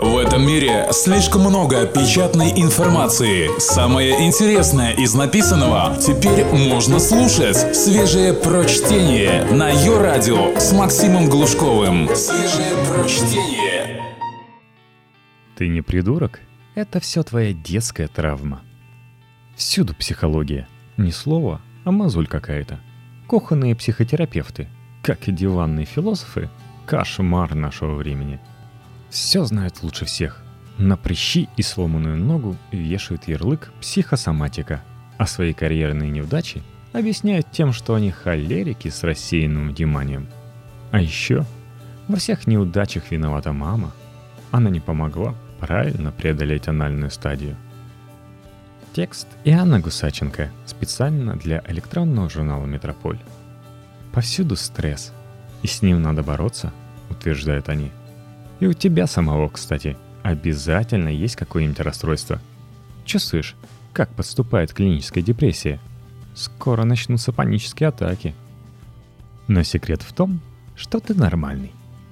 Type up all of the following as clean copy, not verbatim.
В этом мире слишком много печатной информации. Самое интересное из написанного теперь можно слушать. Свежее прочтение на Йо-Радио с Максимом Глушковым. Свежее прочтение. Ты не придурок? Это все твоя детская травма. Всюду психология. Не слово, а мозоль какая-то. Кухонные психотерапевты, как и диванные философы, кошмар нашего времени. Все знают лучше всех. На прыщи и сломанную ногу вешают ярлык «психосоматика», а свои карьерные неудачи объясняют тем, что они холерики с рассеянным вниманием. А еще во всех неудачах виновата мама. Она не помогла правильно преодолеть анальную стадию. Текст Иоанна Гусаченко специально для электронного журнала «Метрополь». Повсюду стресс, и с ним надо бороться, утверждают они. И у тебя самого, кстати, обязательно есть какое-нибудь расстройство. Чувствуешь, как подступает клиническая депрессия? Скоро начнутся панические атаки. Но секрет в том, что ты нормальный.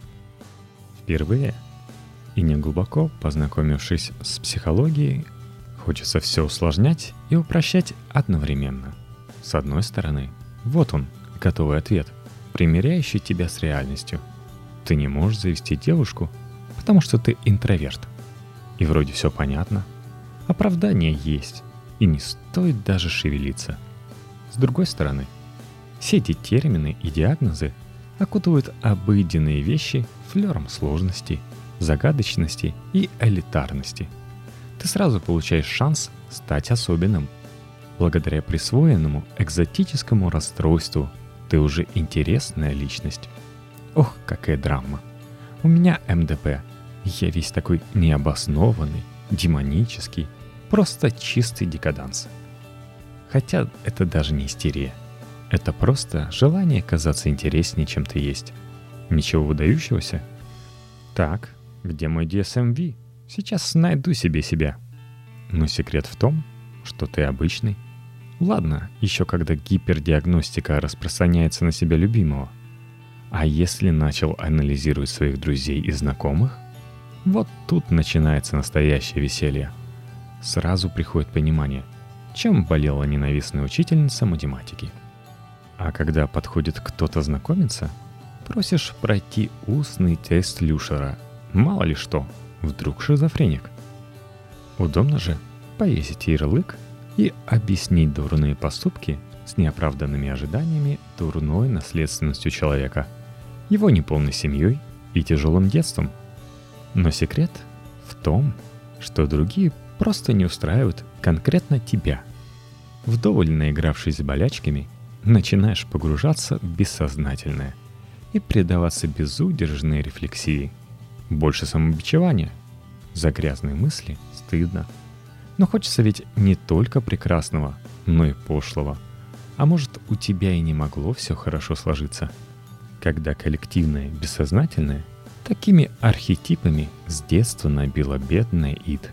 Впервые и не глубоко познакомившись с психологией, хочется все усложнять и упрощать одновременно. С одной стороны, вот он, готовый ответ, примиряющий тебя с реальностью. Ты не можешь завести девушку, потому что ты интроверт. И вроде все понятно. Оправдание есть, и не стоит даже шевелиться. С другой стороны, все эти термины и диагнозы окутывают обыденные вещи флером сложности, загадочности и элитарности. Ты сразу получаешь шанс стать особенным. Благодаря присвоенному экзотическому расстройству ты уже интересная личность. Ох, какая драма. У меня МДП. Я весь такой необоснованный, демонический, просто чистый декаданс. Хотя это даже не истерия. Это просто желание казаться интереснее, чем ты есть. Ничего выдающегося? Так, где мой DSMV? Сейчас найду себе себя. Но секрет в том, что ты обычный. Ладно, еще когда гипердиагностика распространяется на себя любимого. А если начал анализировать своих друзей и знакомых? Вот тут начинается настоящее веселье. Сразу приходит понимание, чем болела ненавистная учительница математики. А когда подходит кто-то знакомиться, просишь пройти устный тест Люшера. Мало ли что, вдруг шизофреник. Удобно же повесить ярлык и объяснить дурные поступки с неоправданными ожиданиями дурной наследственностью человека, его неполной семьей и тяжелым детством. Но секрет в том, что другие просто не устраивают конкретно тебя. Вдоволь наигравшись с болячками, начинаешь погружаться в бессознательное и предаваться безудержной рефлексии. Больше самобичевания. За грязные мысли стыдно. Но хочется ведь не только прекрасного, но и пошлого. А может, у тебя и не могло все хорошо сложиться? Когда коллективное бессознательное такими архетипами с детства набило бедная Ид.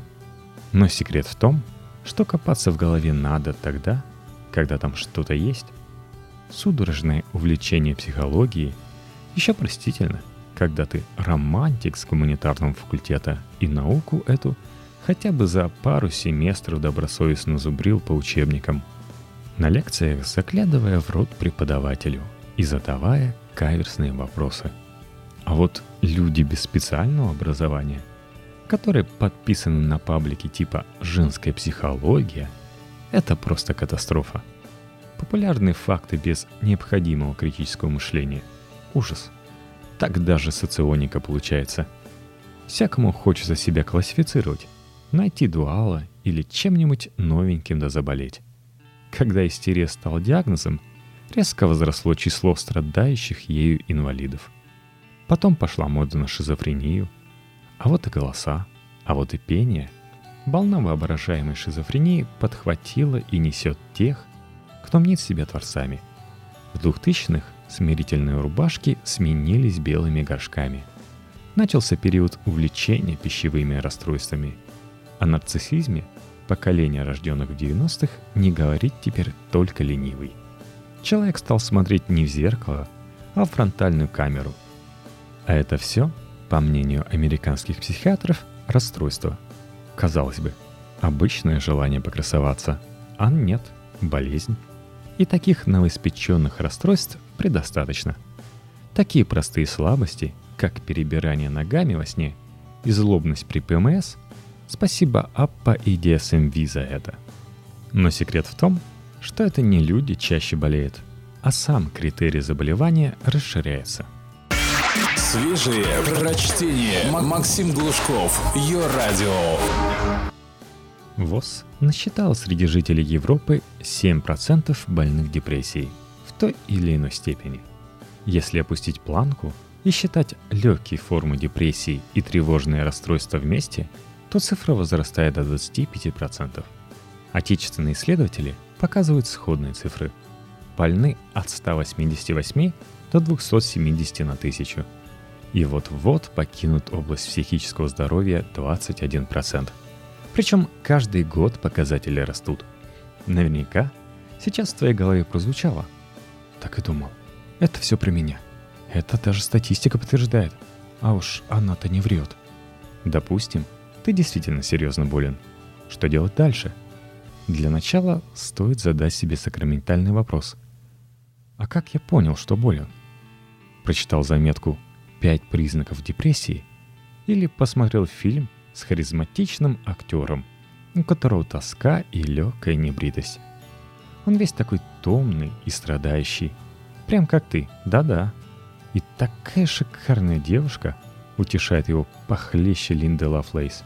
Но секрет в том, что копаться в голове надо тогда, когда там что-то есть. Судорожное увлечение психологией еще простительно, когда ты романтик с гуманитарного факультета и науку эту хотя бы за пару семестров добросовестно зубрил по учебникам, на лекциях заглядывая в рот преподавателю и задавая каверзные вопросы. А вот люди без специального образования, которые подписаны на паблики типа «женская психология», это просто катастрофа. Популярные факты без необходимого критического мышления. Ужас. Так даже соционика получается. Всякому хочется себя классифицировать, найти дуала или чем-нибудь новеньким да заболеть. Когда истерия стала диагнозом, резко возросло число страдающих ею инвалидов. Потом пошла мода на шизофрению. А вот и голоса, а вот и пение. Волна воображаемой шизофрении подхватила и несет тех, кто мнит себя творцами. В 2000-х смирительные рубашки сменились белыми горшками. Начался период увлечения пищевыми расстройствами. О нарциссизме поколение рожденных в 90-х не говорит теперь только ленивый. Человек стал смотреть не в зеркало, а в фронтальную камеру. А это все по мнению американских психиатров, расстройство. Казалось бы, обычное желание покрасоваться, а нет, болезнь. И таких новоиспеченных расстройств предостаточно. Такие простые слабости, как перебирание ногами во сне и злобность при ПМС, спасибо АППА и DSM-V за это. Но секрет в том, что это не люди чаще болеют, а сам критерий заболевания расширяется. Свежие прочтение. Максим Глушков. Йо-радио. ВОЗ насчитала среди жителей Европы 7% больных депрессией в той или иной степени. Если опустить планку и считать легкие формы депрессии и тревожные расстройства вместе, то цифра возрастает до 25%. Отечественные исследователи показывают сходные цифры. Больны от 188 до 270 на 1000. И вот-вот покинут область психического здоровья 21%. Причем каждый год показатели растут. Наверняка сейчас в твоей голове прозвучало. Так и думал. Это все про меня. Это даже статистика подтверждает. А уж она-то не врет. Допустим, ты действительно серьезно болен. Что делать дальше? Для начала стоит задать себе сакраментальный вопрос. А как я понял, что болен? Прочитал заметку «5 признаков депрессии» или посмотрел фильм с харизматичным актером, у которого тоска и легкая небритость. Он весь такой томный и страдающий, прям как ты, да-да. И такая шикарная девушка утешает его похлеще Линды Лавлейс.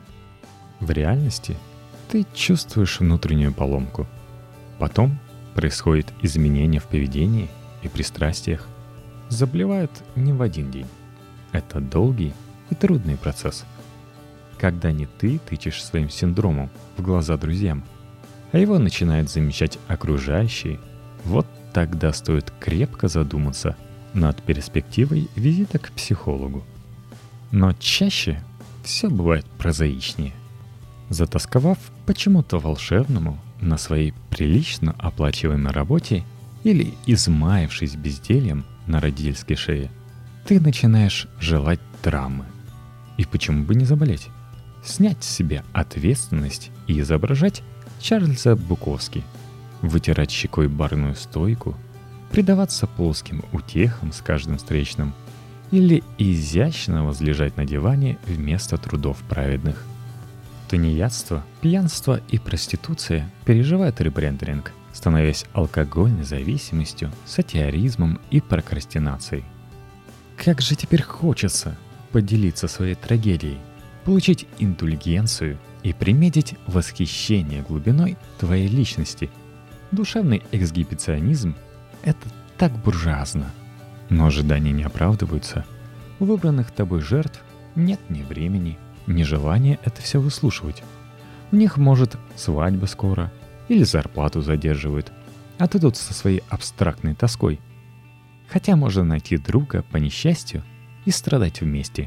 В реальности ты чувствуешь внутреннюю поломку. Потом происходит изменение в поведении и пристрастиях. Заболевают не в один день. Это долгий и трудный процесс. Когда не ты тычешь своим синдромом в глаза друзьям, а его начинают замечать окружающие, вот тогда стоит крепко задуматься над перспективой визита к психологу. Но чаще все бывает прозаичнее. Затасковав почему-то волшебному на своей прилично оплачиваемой работе или измаявшись бездельем на родительской шее, ты начинаешь желать драмы. И почему бы не заболеть? Снять с себя ответственность и изображать Чарльза Буковски, вытирать щекой барную стойку, предаваться плоским утехам с каждым встречным или изящно возлежать на диване вместо трудов праведных. Тунеядство, пьянство и проституция переживают ребрендинг, становясь алкогольной зависимостью, сатиаризмом и прокрастинацией. Как же теперь хочется поделиться своей трагедией, получить индульгенцию и приметить восхищение глубиной твоей личности. Душевный эксгибиционизм — это так буржуазно. Но ожидания не оправдываются. У выбранных тобой жертв нет ни времени, ни желания это все выслушивать. У них, может, свадьба скоро или зарплату задерживают, а ты тут со своей абстрактной тоской. Хотя можно найти друга по несчастью и страдать вместе.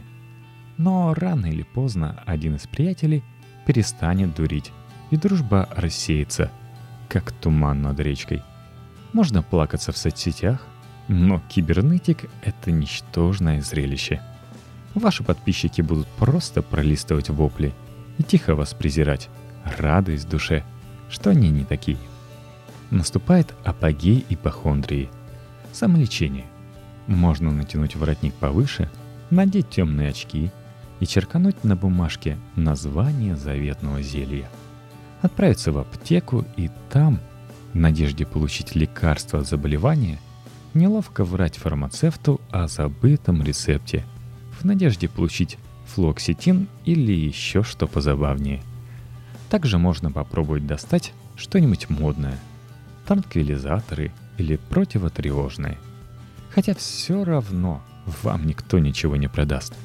Но рано или поздно один из приятелей перестанет дурить, и дружба рассеется, как туман над речкой. Можно плакаться в соцсетях, но кибернетик — это ничтожное зрелище. Ваши подписчики будут просто пролистывать вопли и тихо вас презирать, радуясь в душе, что они не такие. Наступает апогей ипохондрии. Самолечение. Можно натянуть воротник повыше, надеть темные очки и черкануть на бумажке название заветного зелья. Отправиться в аптеку и там, в надежде получить лекарство от заболевания, неловко врать фармацевту о забытом рецепте, в надежде получить флуоксетин или еще что позабавнее. Также можно попробовать достать что-нибудь модное, транквилизаторы или противотревожные. Хотя все равно вам никто ничего не продаст.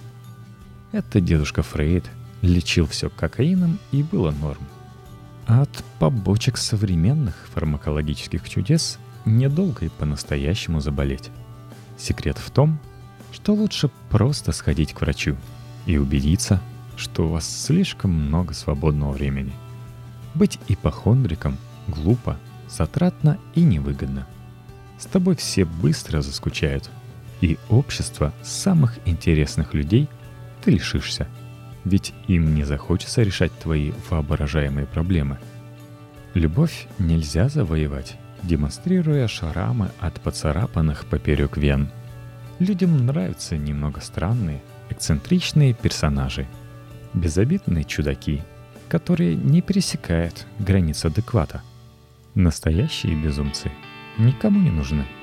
Это дедушка Фрейд лечил все кокаином и было норм. А от побочек современных фармакологических чудес недолго и по-настоящему заболеть. Секрет в том, что лучше просто сходить к врачу и убедиться, что у вас слишком много свободного времени. Быть ипохондриком глупо, затратно и невыгодно. С тобой все быстро заскучают, и общество самых интересных людей ты лишишься. Ведь им не захочется решать твои воображаемые проблемы. Любовь нельзя завоевать, демонстрируя шрамы от поцарапанных поперек вен. Людям нравятся немного странные, эксцентричные персонажи. Безобидные чудаки, которые не пересекают границ адеквата. Настоящие безумцы никому не нужны.